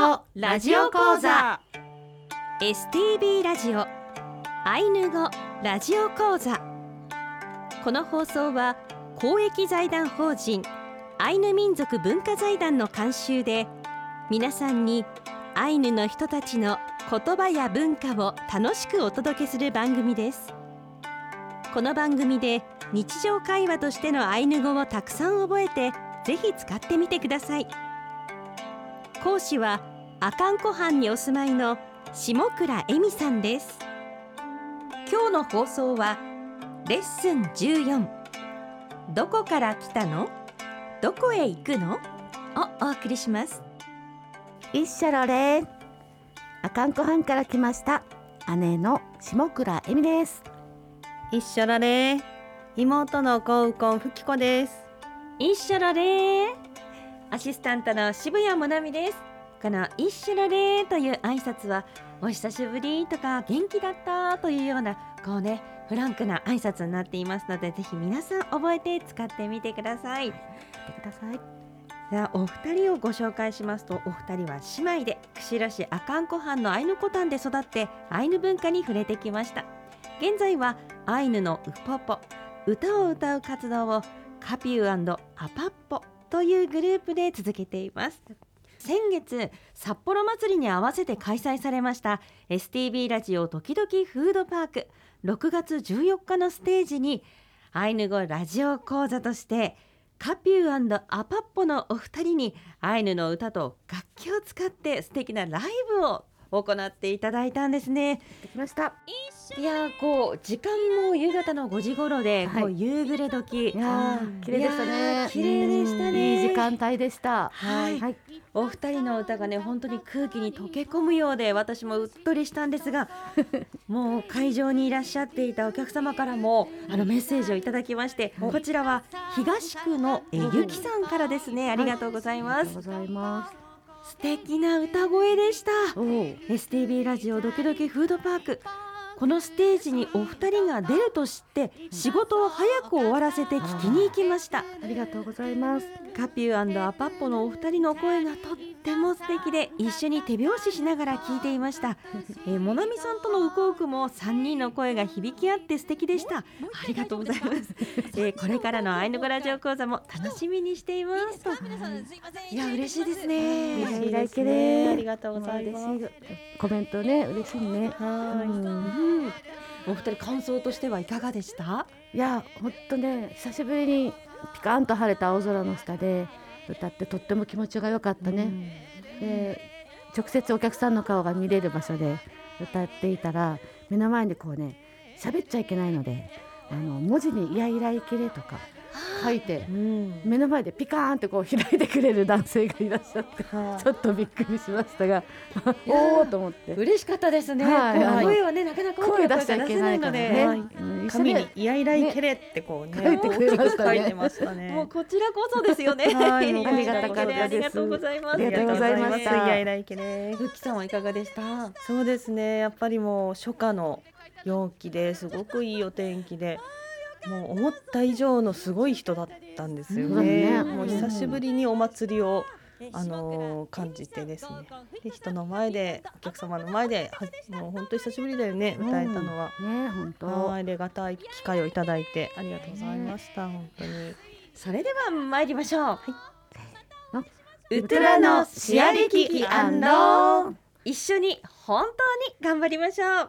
語ラジオ講座 STB ラジオアイヌ語ラジオ講座。この放送は公益財団法人アイヌ民族文化財団の監修で、皆さんにアイヌの人たちの言葉や文化を楽しくお届けする番組です。この番組で日常会話としてのアイヌ語をたくさん覚えて、ぜひ使ってみてください。講師は阿寒湖畔にお住まいの下倉恵美さんです。今日の放送はレッスン14、どこから来たの？どこへ行くの？をお送りします。 イッシャロレー、阿寒湖畔から来ました姉の下倉恵美です。 一緒られー、妹のコウコンふきこです。 一緒られー、アシスタントの渋谷もなみです。この一緒られーという挨拶は、お久しぶりとか元気だったというようなこうね、フランクな挨拶になっていますので、ぜひ皆さん覚えて使ってみてください。ではお二人をご紹介しますと、お二人は姉妹で釧路市阿寒湖畔のアイヌコタンで育ってアイヌ文化に触れてきました。現在はアイヌのウポポ、歌を歌う活動をカピュー&アパッポというグループで続けています。先月、札幌祭りに合わせて開催されました STB ラジオドキドキフードパーク6月14日のステージに、アイヌ語ラジオ講座としてカピュー&アパッポのお二人にアイヌの歌と楽器を使って素敵なライブを行っていただいたんですね。 できました。 いや、こう時間も夕方の5時頃で、こう夕暮れ時、 いや綺麗でしたね。 綺麗でしたね。 いい時間帯でした。 はい、お二人の歌がね、本当に空気に溶け込むようで、私もうっとりしたんですがもう会場にいらっしゃっていたお客様からもメッセージをいただきまして、こちらは東区のゆきさんからですね。ありがとうございます。 ありがとうございます。 素敵な歌声でした。STB ラジオドキドキフードパーク、このステージにお二人が出ると知って仕事を早く終わらせて聞きに行きました。 ありがとうございます。 カピュー&アパッポのお二人の声がとっても素敵で、一緒に手拍子しながら聞いていました。もなみさんとのウコウクも3人の声が響き合って素敵でした。ありがとうございます。これからのアイヌ語ラジオ講座も楽しみにしていますと。いや、嬉しいですね。 嬉しいですね。 ありがとうございます。 コメントね、嬉しいね。 お二人感想としてはいかがでした？ いや、ほんとね、久しぶりにピカンと晴れた青空の下で歌ってとっても気持ちが良かったね。で、直接お客さんの顔が見れる場所で歌っていたら、目の前にこうね、喋っちゃいけないので、文字にイヤイライキレとか書いて、目の前でピカーンってこう開いてくれる男性がいらっしゃって、ちょっとびっくりしましたがおーと思って嬉しかったですね。声はね、なかなか声出しちゃいけないからね。 紙にイヤイライケレってこうね、 書いてくれましたね。 書いてましたね。 もうこちらこそですよね。 ありがたかったです。 ありがとうございます。 ありがとうございました。 イヤイライケレ。 ふきさんはいかがでした？ そうですね、やっぱりもう初夏の陽気ですごくいいお天気で、もう思った以上のすごい人だったんですよね。もう久しぶりにお祭りを感じてですね。で、人の前で、お客様の前でもう本当に久しぶりだよね、歌えたのは。 ね、本当ありがたい機会をいただいてありがとうございました。本当に。 それでは参りましょう。 ウトラのシアリキキ& 一緒に本当に頑張りましょう。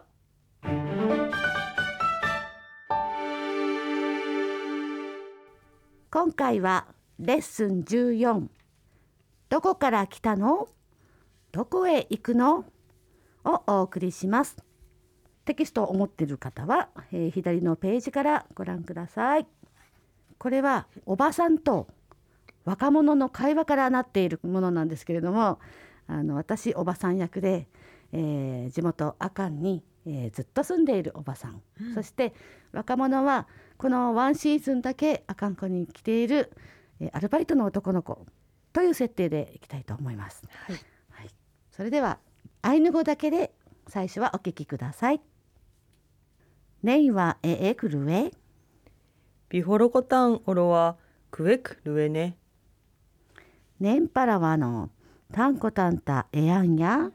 今回はレッスン14、どこから来たの？どこへ行くの？をお送りします。テキストを持っている方は、左のページからご覧ください。これはおばさんと若者の会話からなっているものなんですけれども、私おばさん役で、地元阿寒に、ずっと住んでいるおばさん、そして若者はこのワンシーズンだけ阿寒湖に来ている、アルバイトの男の子という設定でいきたいと思います。それではアイヌ語だけで最初はお聞きください。ネイはクルエビホロコタンオロはクエクルエネ。 ネンパラワのタンコタンタエアンや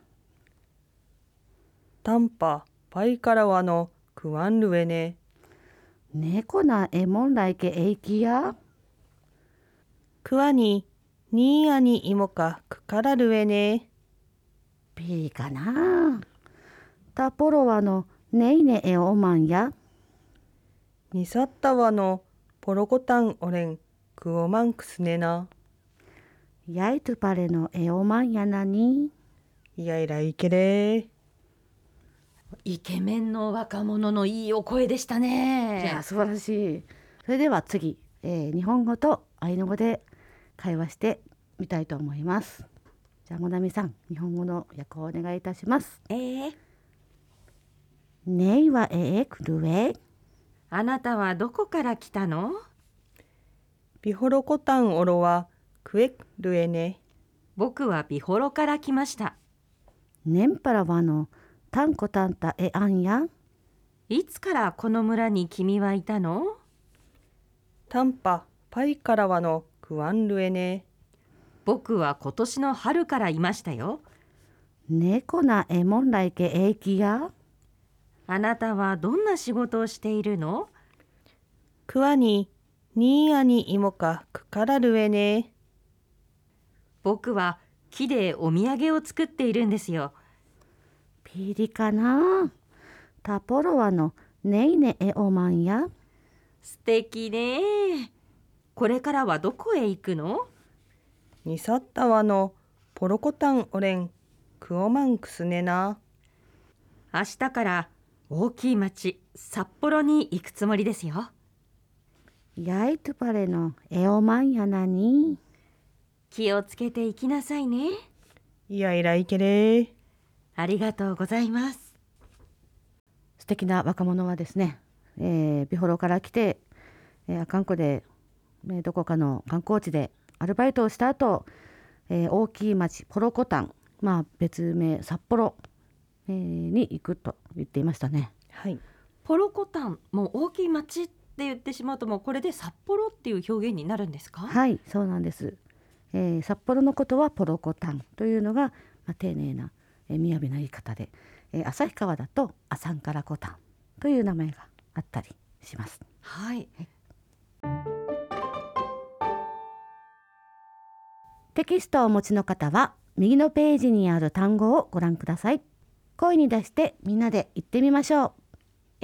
タンパパイカラワのクワンルエネ。 猫なエモンライケエイキやクワにニーアにイモカクカラルエネ。 ピーかな。タポロワのネイネエオマンやニサッタワのポロコタンオレンクオマンクスネナ。 ヤイトゥパレのエオマンやなに。 いやいらいけれ。 イケメンの若者のいいお声でしたいね。 や素晴らしい。それでは次、日本語とアイヌ語で会話してみたいと思います。じゃあもなみさん、日本語の訳をお願いいたします。ネイはクルエ。 あなたはどこから来たの？ ビホロコタンオロはクエルエネ。 僕はビホロから来ました。 ネンパラワのタンコタンタエアンやいつからこの村に君はいたの？ タンパパイカラワのクワンルエネ。 僕は今年の春からいましたよ。 猫なエモンライケエイキやあなたはどんな仕事をしているの？ クワにニーアにイモカクカラルエネ。 僕は木でお土産を作っているんですよ。 ピリかな。タポロワのネイネエオマンや素敵ね。これからはどこへ行くの？ ニサッタワのポロコタンオレンクオマンクスネナ。 明日から大きい町札幌に行くつもりですよ。 ヤイトゥパレのエオマンやなに。 気をつけて行きなさいね。 いやいらいけれ。 ありがとうございます。 素敵な若者はですね、ビホロから来て、阿寒湖で、どこかの観光地でアルバイトをした後、大きい町ポロコタン、別名札幌、に行くと言っていましたね。 はい。 ポロコタン、もう大きい町って言ってしまうともうこれで札幌っていう表現になるんですか？ はい、そうなんです。札幌のことはポロコタンというのが、丁寧な、雅な言い方で、旭川だとアサンカラコタンという名前があったりします。 はい。 テキストをお持ちの方は右のページにある単語をご覧ください。声に出してみんなで言ってみましょう。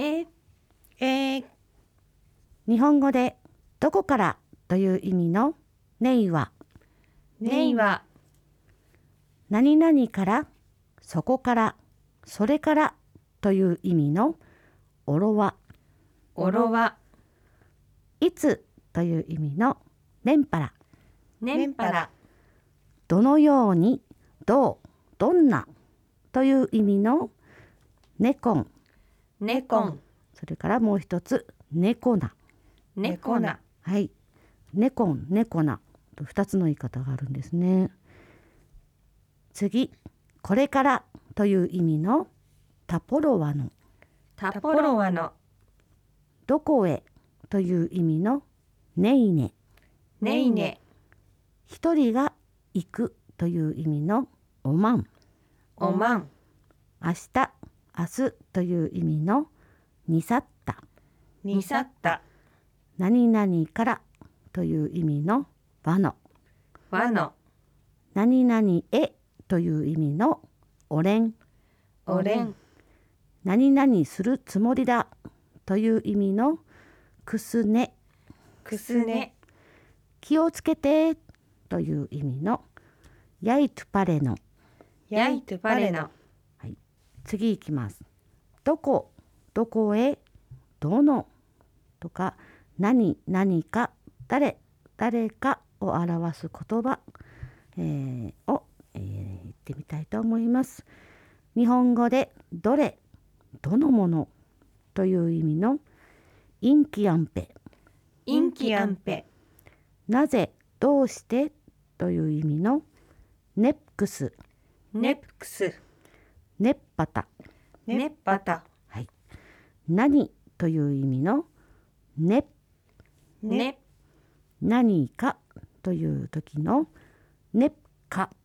日本語でどこからという意味のネイはネイは何々からそこからそれからという意味のオロはオロはいつという意味のネンパラネンパラどのようにどうどんなという意味のネコンネコンそれからもう一つネコナネコナはいネコンネコナと2つの言い方があるんですね。次これからという意味のタポロワのタポロワのどこへという意味のネイネネイネ一人が行くという意味のオマンオマン明日明日という意味のニサッタニサッタ何々からという意味のワノワノ何々へという意味のオレンオレン何々するつもりだという意味のクスネクスネ気をつけてという意味のヤイトゥパレノヤイトゥパレノ次いきます。どこどこへどのとか何何か誰誰かを表す言葉、を、言ってみたいと思います。日本語でどれどのものという意味のインキアンペインキアンペなぜどうしてという意味のネックスネプクスネッパタネッパタ何という意味のネネ何かという時のネッカ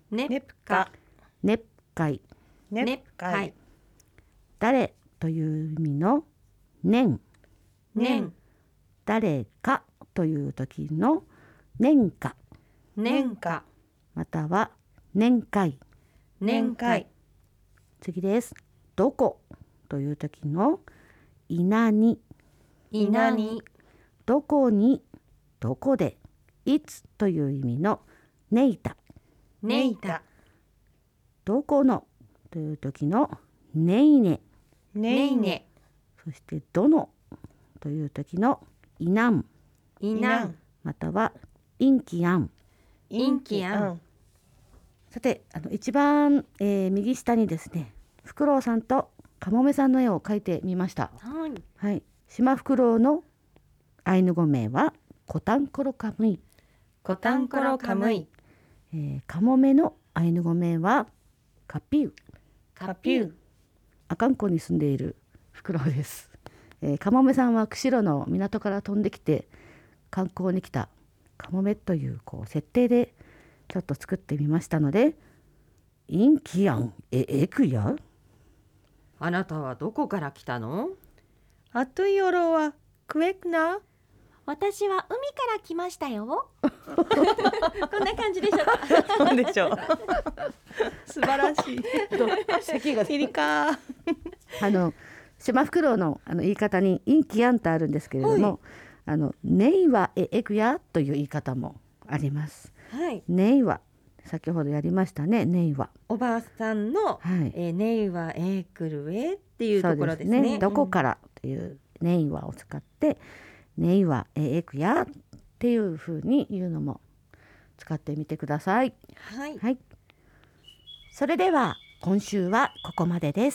ねねぷか、 ねぷかい。 ねぷかい、 誰という意味の年。 年誰かという時の年か、 年かまたは年会。 年会次です。どこという時のいなに。 稲にどこに、どこで、いつという意味のねいた。 ねいたどこのという時のねいね。 ねいねそしてどのという時のいなんいなんまたはインキアン。 インキアン。 さて一番、右下にですねフクロウさんとカモメさんの絵を描いてみました。 はいはい、シマフクロウのアイヌ語名はコタンコロカムイ。 コタンコロカムイカモメのアイヌ語名はカピウ。 カピュー阿寒湖に住んでいるフクロウです。カモメさんは釧路の港から飛んできて観光に来たカモメという設定でちょっと作ってみましたので、インキアンエクヤ。 あなたはどこから来たの？ あとよろはクエクナ。 私は海から来ましたよこんな感じでしょうか。 そうでしょう。素晴らしい。 席がピリカ。 シマフクロウの言い方にインキアンとあるんですけれども、ネイワエクヤという言い方もあります。 はいネイワ、先ほどやりましたね。ネイワ、 おばあさんの、 はいネイはエークルエっていうそうところですね。 どこからというネイワを使ってネイワエクヤっていう風に言うのも使ってみてください。 はいはい、それでは今週はここまでです。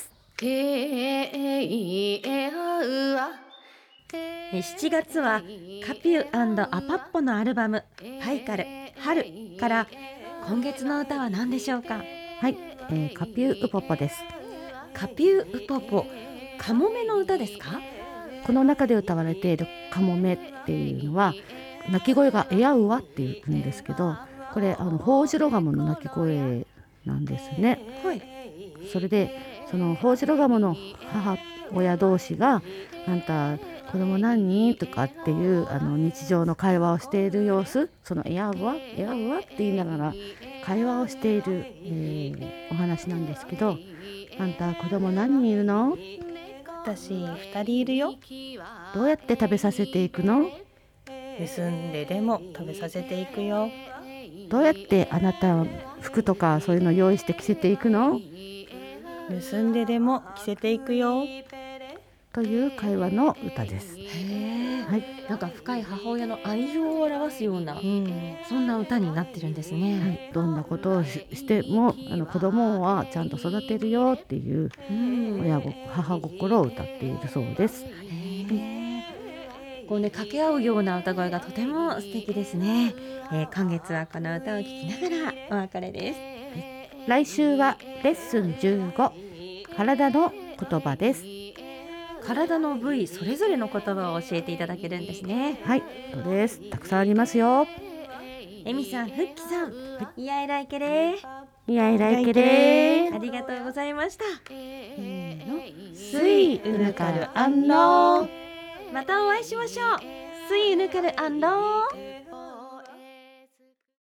7月はカピュー&アパッポのアルバムパイカル春から今月の歌は何でしょうか？ はい、カピューウポポです。 カピューウポポ、カモメの歌ですか？ この中で歌われているカモメっていうのは鳴き声がエヤウワっていうんですけど、これホウジロガモの鳴き声なんですね。 はいそれでそのホウジロガモの母親同士があんた子供何人とかっていう日常の会話をしている様子、そのエヤウワエヤウワって言いながら会話をしている、お話なんですけど、あんた子供何人いるの？ 私2人いるよ。 どうやって食べさせていくの？ 盗んででも食べさせていくよ。 どうやってあなたは服とかそういうの用意して着せていくの？ 盗んででも着せていくよ。 という会話の歌です。 へえ、 はい、 なんか深い母親の愛情を表すような、そんな歌になってるんですはね。 い、どんなことをしても子供はちゃんと育てるよっていう母心を歌っているそうです。 こうね掛け合うような歌声がとても素敵ですね。今月はこの歌を聴きながらお別れです。 来週はレッスン15、体の言葉です。 体の部位それぞれの言葉を教えていただけるんですね。 はい、そうです。たくさんありますよ。 エミさん、フッキさん、いやいらいけれいやいらいけれありがとうございました。 スイウヌカルアンノー。 またお会いしましょう。スイウヌカルアンロー。